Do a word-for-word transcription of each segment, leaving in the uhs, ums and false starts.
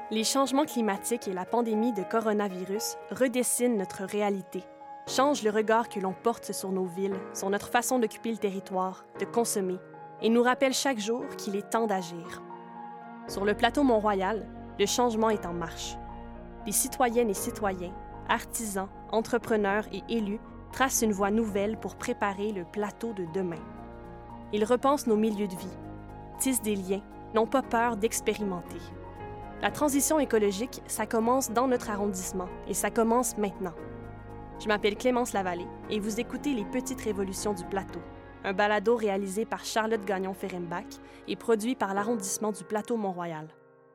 Les changements climatiques et la pandémie de coronavirus redessinent notre réalité, changent le regard que l'on porte sur nos villes, sur notre façon d'occuper le territoire, de consommer, et nous rappellent chaque jour qu'il est temps d'agir. Sur le plateau Mont-Royal, le changement est en marche. Les citoyennes et citoyens, artisans, entrepreneurs et élus tracent une voie nouvelle pour préparer le plateau de demain. Ils repensent nos milieux de vie, tissent des liens, n'ont pas peur d'expérimenter. La transition écologique, ça commence dans notre arrondissement et ça commence maintenant. Je m'appelle Clémence Lavallée et vous écoutez Les Petites Révolutions du Plateau, un balado réalisé par Charlotte Gagnon-Ferenbach et produit par l'arrondissement du Plateau Mont-Royal.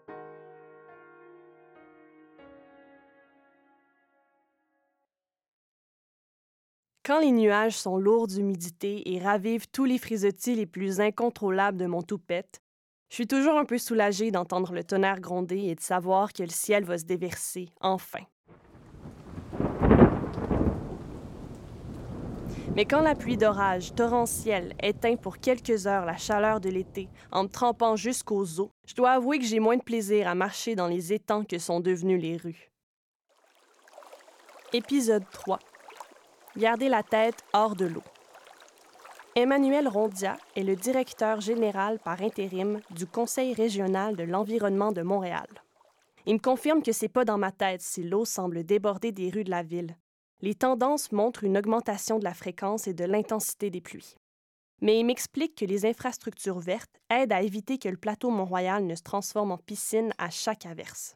Quand les nuages sont lourds d'humidité et ravivent tous les frisottis les plus incontrôlables de mon toupette, je suis toujours un peu soulagée d'entendre le tonnerre gronder et de savoir que le ciel va se déverser, enfin. Mais quand la pluie d'orage torrentielle éteint pour quelques heures la chaleur de l'été en me trempant jusqu'aux os, je dois avouer que j'ai moins de plaisir à marcher dans les étangs que sont devenus les rues. Épisode trois. Garder la tête hors de l'eau. Emmanuel Rondia est le directeur général par intérim du Conseil régional de l'environnement de Montréal. Il me confirme que c'est pas dans ma tête si l'eau semble déborder des rues de la ville. Les tendances montrent une augmentation de la fréquence et de l'intensité des pluies. Mais il m'explique que les infrastructures vertes aident à éviter que le plateau Mont-Royal ne se transforme en piscine à chaque averse.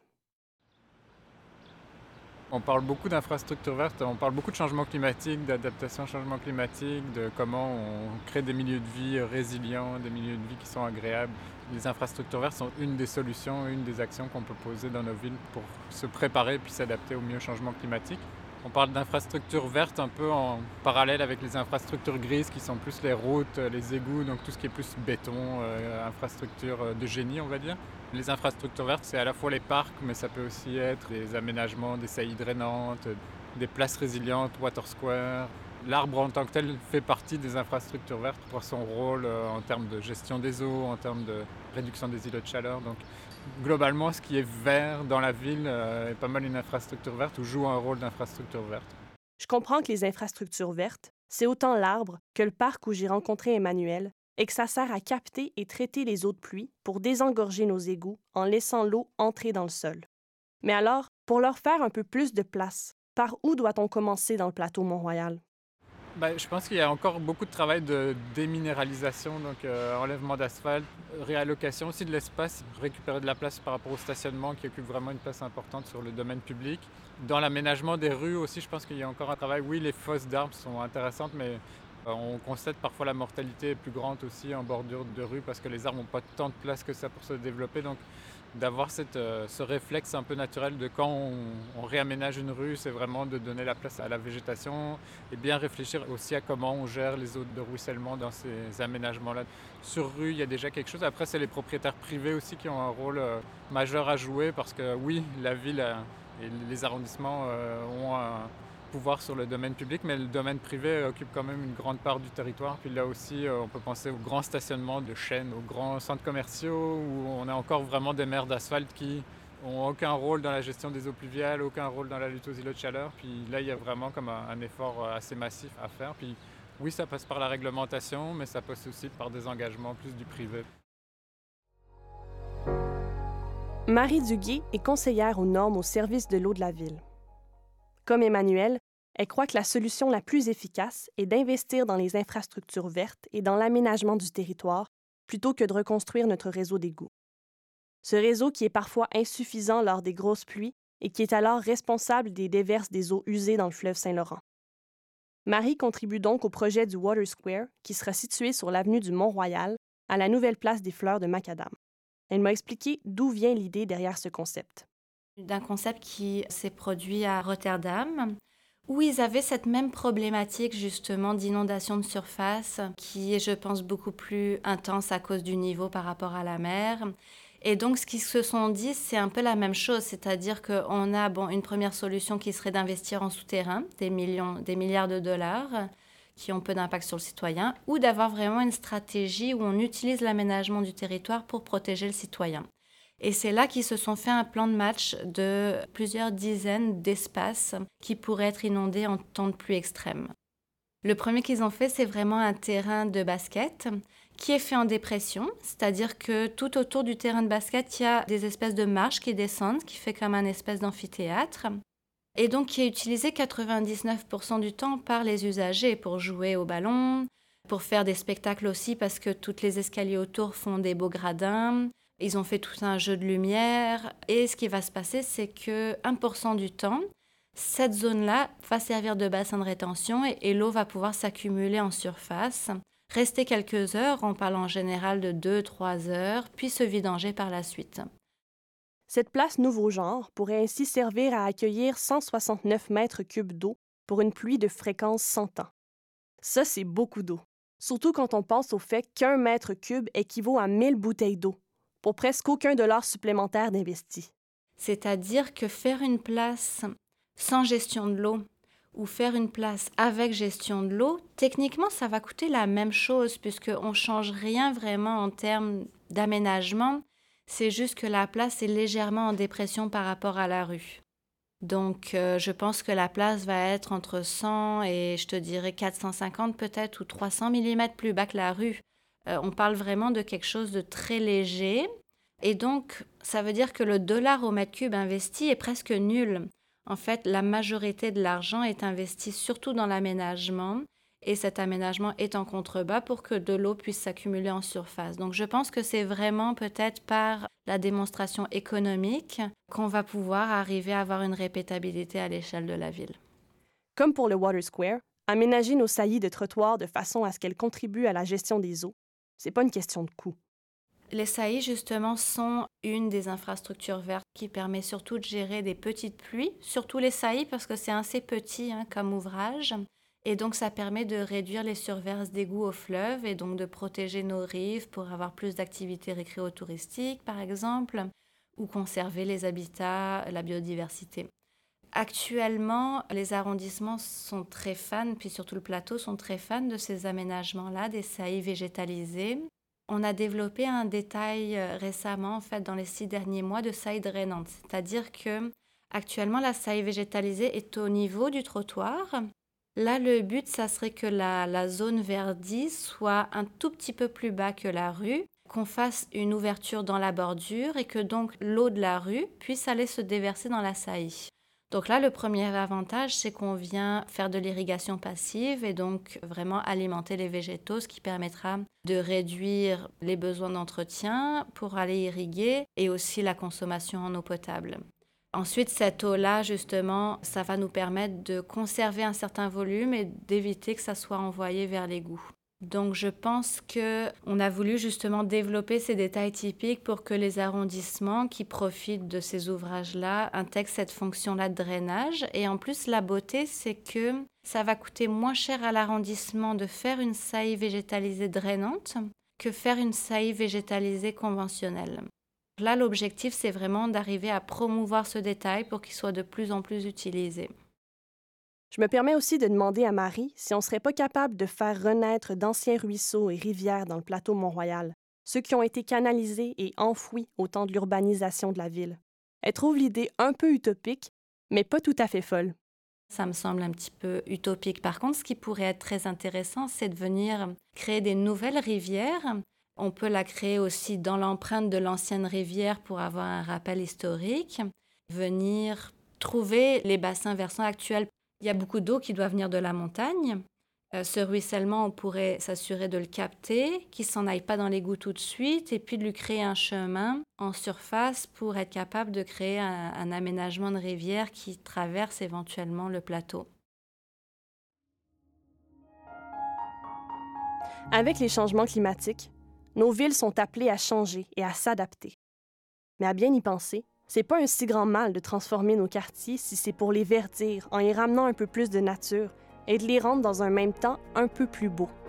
On parle beaucoup d'infrastructures vertes, on parle beaucoup de changement climatique, d'adaptation au changement climatique, de comment on crée des milieux de vie résilients, des milieux de vie qui sont agréables. Les infrastructures vertes sont une des solutions, une des actions qu'on peut poser dans nos villes pour se préparer puis s'adapter au mieux au changement climatique. On parle d'infrastructures vertes un peu en parallèle avec les infrastructures grises qui sont plus les routes, les égouts, donc tout ce qui est plus béton, euh, infrastructures de génie on va dire. Les infrastructures vertes, c'est à la fois les parcs, mais ça peut aussi être des aménagements, des saillies drainantes, des places résilientes, water square. L'arbre en tant que tel fait partie des infrastructures vertes pour son rôle en termes de gestion des eaux, en termes de réduction des îlots de chaleur. Donc, globalement, ce qui est vert dans la ville est pas mal une infrastructure verte ou joue un rôle d'infrastructure verte. Je comprends que les infrastructures vertes, c'est autant l'arbre que le parc où j'ai rencontré Emmanuel et que ça sert à capter et traiter les eaux de pluie pour désengorger nos égouts en laissant l'eau entrer dans le sol. Mais alors, pour leur faire un peu plus de place, par où doit-on commencer dans le plateau Mont-Royal? Ben, je pense qu'il y a encore beaucoup de travail de déminéralisation, donc euh, enlèvement d'asphalte, réallocation aussi de l'espace, récupérer de la place par rapport au stationnement qui occupe vraiment une place importante sur le domaine public. Dans l'aménagement des rues aussi, je pense qu'il y a encore un travail. Oui, les fosses d'arbres sont intéressantes, mais euh, on constate parfois la mortalité est plus grande aussi en bordure de rue parce que les arbres n'ont pas tant de place que ça pour se développer. Donc d'avoir cette, euh, ce réflexe un peu naturel de quand on, on réaménage une rue, c'est vraiment de donner la place à la végétation et bien réfléchir aussi à comment on gère les eaux de ruissellement dans ces aménagements-là. Sur rue, il y a déjà quelque chose. Après, c'est les propriétaires privés aussi qui ont un rôle euh, majeur à jouer parce que oui, la ville euh, et les arrondissements euh, ont un pouvoir sur le domaine public, mais le domaine privé occupe quand même une grande part du territoire. Puis là aussi, on peut penser aux grands stationnements de chaînes, aux grands centres commerciaux, où on a encore vraiment des mers d'asphalte qui n'ont aucun rôle dans la gestion des eaux pluviales, aucun rôle dans la lutte aux îlots de chaleur. Puis là, il y a vraiment comme un, un effort assez massif à faire. Puis oui, ça passe par la réglementation, mais ça passe aussi par des engagements plus du privé. Marie Duguay est conseillère aux normes au service de l'eau de la ville. Comme Emmanuel, elle croit que la solution la plus efficace est d'investir dans les infrastructures vertes et dans l'aménagement du territoire plutôt que de reconstruire notre réseau d'égouts. Ce réseau qui est parfois insuffisant lors des grosses pluies et qui est alors responsable des déverses des eaux usées dans le fleuve Saint-Laurent. Marie contribue donc au projet du Water Square qui sera situé sur l'avenue du Mont-Royal à la nouvelle place des Fleurs de Macadam. Elle m'a expliqué d'où vient l'idée derrière ce concept. D'un concept qui s'est produit à Rotterdam, où ils avaient cette même problématique justement d'inondation de surface, qui est, je pense, beaucoup plus intense à cause du niveau par rapport à la mer. Et donc, ce qu'ils se sont dit, c'est un peu la même chose, c'est-à-dire qu'on a bon, une première solution qui serait d'investir en souterrain, des millions, des milliards de dollars, qui ont peu d'impact sur le citoyen, ou d'avoir vraiment une stratégie où on utilise l'aménagement du territoire pour protéger le citoyen. Et c'est là qu'ils se sont fait un plan de match de plusieurs dizaines d'espaces qui pourraient être inondés en temps de pluie extrême. Le premier qu'ils ont fait, c'est vraiment un terrain de basket qui est fait en dépression, c'est-à-dire que tout autour du terrain de basket, il y a des espèces de marches qui descendent, qui fait comme un espèce d'amphithéâtre, et donc qui est utilisé quatre-vingt-dix-neuf pour cent du temps par les usagers pour jouer au ballon, pour faire des spectacles aussi parce que tous les escaliers autour font des beaux gradins. Ils ont fait tout un jeu de lumière et ce qui va se passer, c'est que un pour cent du temps, cette zone-là va servir de bassin de rétention et, et l'eau va pouvoir s'accumuler en surface, rester quelques heures, on parle en général de deux à trois heures, puis se vidanger par la suite. Cette place nouveau genre pourrait ainsi servir à accueillir cent soixante-neuf mètres cubes d'eau pour une pluie de fréquence cent ans. Ça, c'est beaucoup d'eau, surtout quand on pense au fait qu'un mètre cube équivaut à mille bouteilles d'eau, pour presque aucun dollar supplémentaire d'investi. C'est-à-dire que faire une place sans gestion de l'eau ou faire une place avec gestion de l'eau, techniquement, ça va coûter la même chose puisqu'on ne change rien vraiment en termes d'aménagement. C'est juste que la place est légèrement en dépression par rapport à la rue. Donc, euh, je pense que la place va être entre cent et, je te dirais, quatre cent cinquante peut-être ou trois cents millimètres plus bas que la rue. Euh, on parle vraiment de quelque chose de très léger. Et donc, ça veut dire que le dollar au mètre cube investi est presque nul. En fait, la majorité de l'argent est investi surtout dans l'aménagement. Et cet aménagement est en contrebas pour que de l'eau puisse s'accumuler en surface. Donc, je pense que c'est vraiment peut-être par la démonstration économique qu'on va pouvoir arriver à avoir une répétabilité à l'échelle de la ville. Comme pour le Water Square, aménager nos saillies de trottoirs de façon à ce qu'elles contribuent à la gestion des eaux, c'est pas une question de coût. Les saillies, justement, sont une des infrastructures vertes qui permet surtout de gérer des petites pluies, surtout les saillies parce que c'est assez petit hein, comme ouvrage. Et donc, ça permet de réduire les surverses d'égouts au fleuve et donc de protéger nos rives pour avoir plus d'activités récréotouristiques, par exemple, ou conserver les habitats, la biodiversité. Actuellement, les arrondissements sont très fans, puis surtout le plateau, sont très fans de ces aménagements-là, des saillies végétalisées. On a développé un détail récemment, en fait, dans les six derniers mois, de saillies drainantes. C'est-à-dire que actuellement, la saillie végétalisée est au niveau du trottoir. Là, le but, ça serait que la, la zone verdie soit un tout petit peu plus bas que la rue, qu'on fasse une ouverture dans la bordure et que donc l'eau de la rue puisse aller se déverser dans la saillie. Donc là, le premier avantage, c'est qu'on vient faire de l'irrigation passive et donc vraiment alimenter les végétaux, ce qui permettra de réduire les besoins d'entretien pour aller irriguer et aussi la consommation en eau potable. Ensuite, cette eau-là, justement, ça va nous permettre de conserver un certain volume et d'éviter que ça soit envoyé vers l'égout. Donc, je pense qu'on a voulu justement développer ces détails typiques pour que les arrondissements qui profitent de ces ouvrages-là intègrent cette fonction-là de drainage. Et en plus, la beauté, c'est que ça va coûter moins cher à l'arrondissement de faire une saillie végétalisée drainante que faire une saillie végétalisée conventionnelle. Là, l'objectif, c'est vraiment d'arriver à promouvoir ce détail pour qu'il soit de plus en plus utilisé. Je me permets aussi de demander à Marie si on ne serait pas capable de faire renaître d'anciens ruisseaux et rivières dans le plateau Mont-Royal, ceux qui ont été canalisés et enfouis au temps de l'urbanisation de la ville. Elle trouve l'idée un peu utopique, mais pas tout à fait folle. Ça me semble un petit peu utopique. Par contre, ce qui pourrait être très intéressant, c'est de venir créer des nouvelles rivières. On peut la créer aussi dans l'empreinte de l'ancienne rivière pour avoir un rappel historique. Venir trouver les bassins versants actuels. Il y a beaucoup d'eau qui doit venir de la montagne. Euh, ce ruissellement, on pourrait s'assurer de le capter, qu'il ne s'en aille pas dans l'égout tout de suite, et puis de lui créer un chemin en surface pour être capable de créer un, un aménagement de rivière qui traverse éventuellement le plateau. Avec les changements climatiques, nos villes sont appelées à changer et à s'adapter. Mais à bien y penser, c'est pas un si grand mal de transformer nos quartiers si c'est pour les verdir en y ramenant un peu plus de nature et de les rendre dans un même temps un peu plus beaux.